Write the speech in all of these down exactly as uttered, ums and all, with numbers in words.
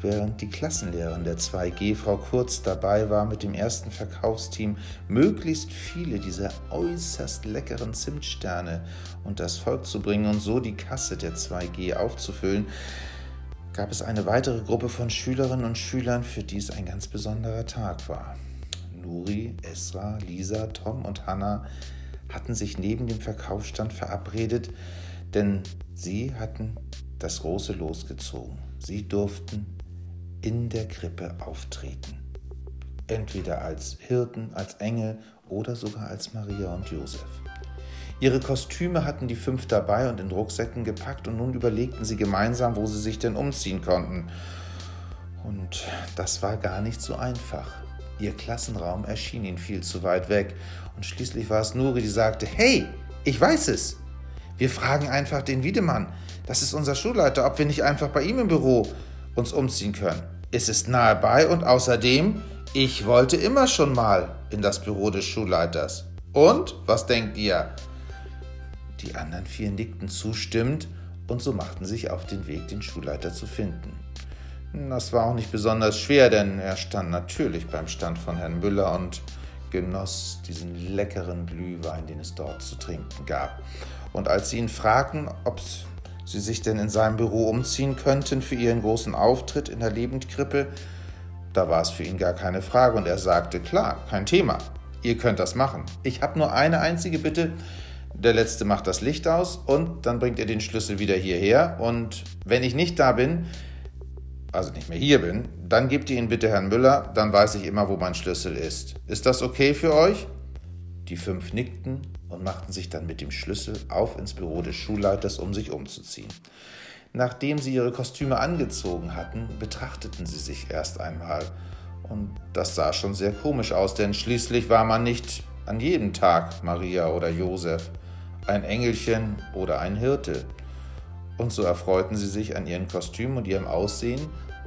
während die Klassenlehrerin der zwei G, Frau Kurz, dabei war, mit dem ersten Verkaufsteam möglichst viele dieser äußerst leckeren Zimtsterne unters Volk zu bringen und so die Kasse der zwei G aufzufüllen, gab es eine weitere Gruppe von Schülerinnen und Schülern, für die es ein ganz besonderer Tag war. Nuri, Esra, Lisa, Tom und Hannah hatten sich neben dem Verkaufsstand verabredet, denn sie hatten das große Los gezogen. Sie durften in der Krippe auftreten. Entweder als Hirten, als Engel oder sogar als Maria und Josef. Ihre Kostüme hatten die fünf dabei und in Rucksäcken gepackt und nun überlegten sie gemeinsam, wo sie sich denn umziehen konnten. Und das war gar nicht so einfach. Ihr Klassenraum erschien ihnen viel zu weit weg und schließlich war es Nuri, die sagte: Hey, ich weiß es! Wir fragen einfach den Wiedemann, das ist unser Schulleiter, ob wir nicht einfach bei ihm im Büro uns umziehen können. Es ist nahe bei und außerdem, ich wollte immer schon mal in das Büro des Schulleiters. Und, was denkt ihr? Die anderen vier nickten zustimmend und so machten sich auf den Weg, den Schulleiter zu finden. Das war auch nicht besonders schwer, denn er stand natürlich beim Stand von Herrn Müller und genoss diesen leckeren Glühwein, den es dort zu trinken gab. Und als sie ihn fragten, ob sie sich denn in seinem Büro umziehen könnten für ihren großen Auftritt in der Lebendkrippe, da war es für ihn gar keine Frage und er sagte: Klar, kein Thema, ihr könnt das machen. Ich habe nur eine einzige Bitte, der Letzte macht das Licht aus und dann bringt ihr den Schlüssel wieder hierher und wenn ich nicht da bin, also nicht mehr hier bin, dann gebt ihr ihn bitte Herrn Müller, dann weiß ich immer, wo mein Schlüssel ist. Ist das okay für euch? Die fünf nickten und machten sich dann mit dem Schlüssel auf ins Büro des Schulleiters, um sich umzuziehen. Nachdem sie ihre Kostüme angezogen hatten, betrachteten sie sich erst einmal. Und das sah schon sehr komisch aus, denn schließlich war man nicht an jedem Tag Maria oder Josef, ein Engelchen oder ein Hirte. Und so erfreuten sie sich an ihren Kostümen und ihrem Aussehen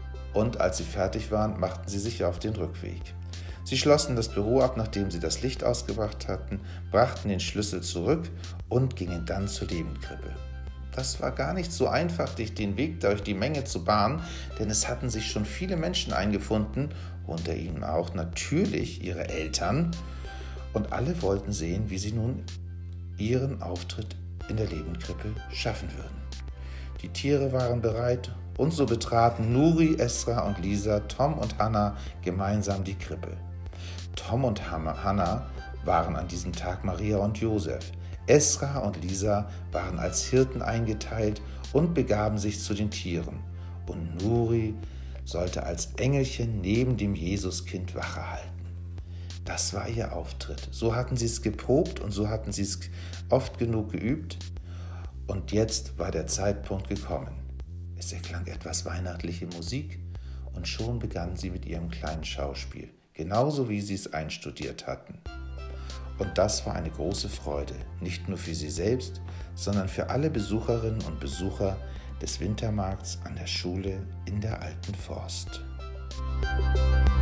und als sie fertig waren, machten sie sich auf den Rückweg. Sie schlossen das Büro ab, nachdem sie das Licht ausgebracht hatten, brachten den Schlüssel zurück und gingen dann zur Lebendkrippe. Das war gar nicht so einfach, den Weg durch die Menge zu bahnen, denn es hatten sich schon viele Menschen eingefunden, unter ihnen auch natürlich ihre Eltern, und alle wollten sehen, wie sie nun ihren Auftritt in der Lebendkrippe schaffen würden. Die Tiere waren bereit und so betraten Nuri, Esra und Lisa, Tom und Hannah gemeinsam die Krippe. Tom und Hannah waren an diesem Tag Maria und Josef. Esra und Lisa waren als Hirten eingeteilt und begaben sich zu den Tieren. Und Nuri sollte als Engelchen neben dem Jesuskind Wache halten. Das war ihr Auftritt. So hatten sie es geprobt und so hatten sie es oft genug geübt. Und jetzt war der Zeitpunkt gekommen. Es erklang etwas weihnachtliche Musik und schon begannen sie mit ihrem kleinen Schauspiel, genauso wie sie es einstudiert hatten. Und das war eine große Freude, nicht nur für sie selbst, sondern für alle Besucherinnen und Besucher des Wintermarkts an der Schule in der Alten Forst.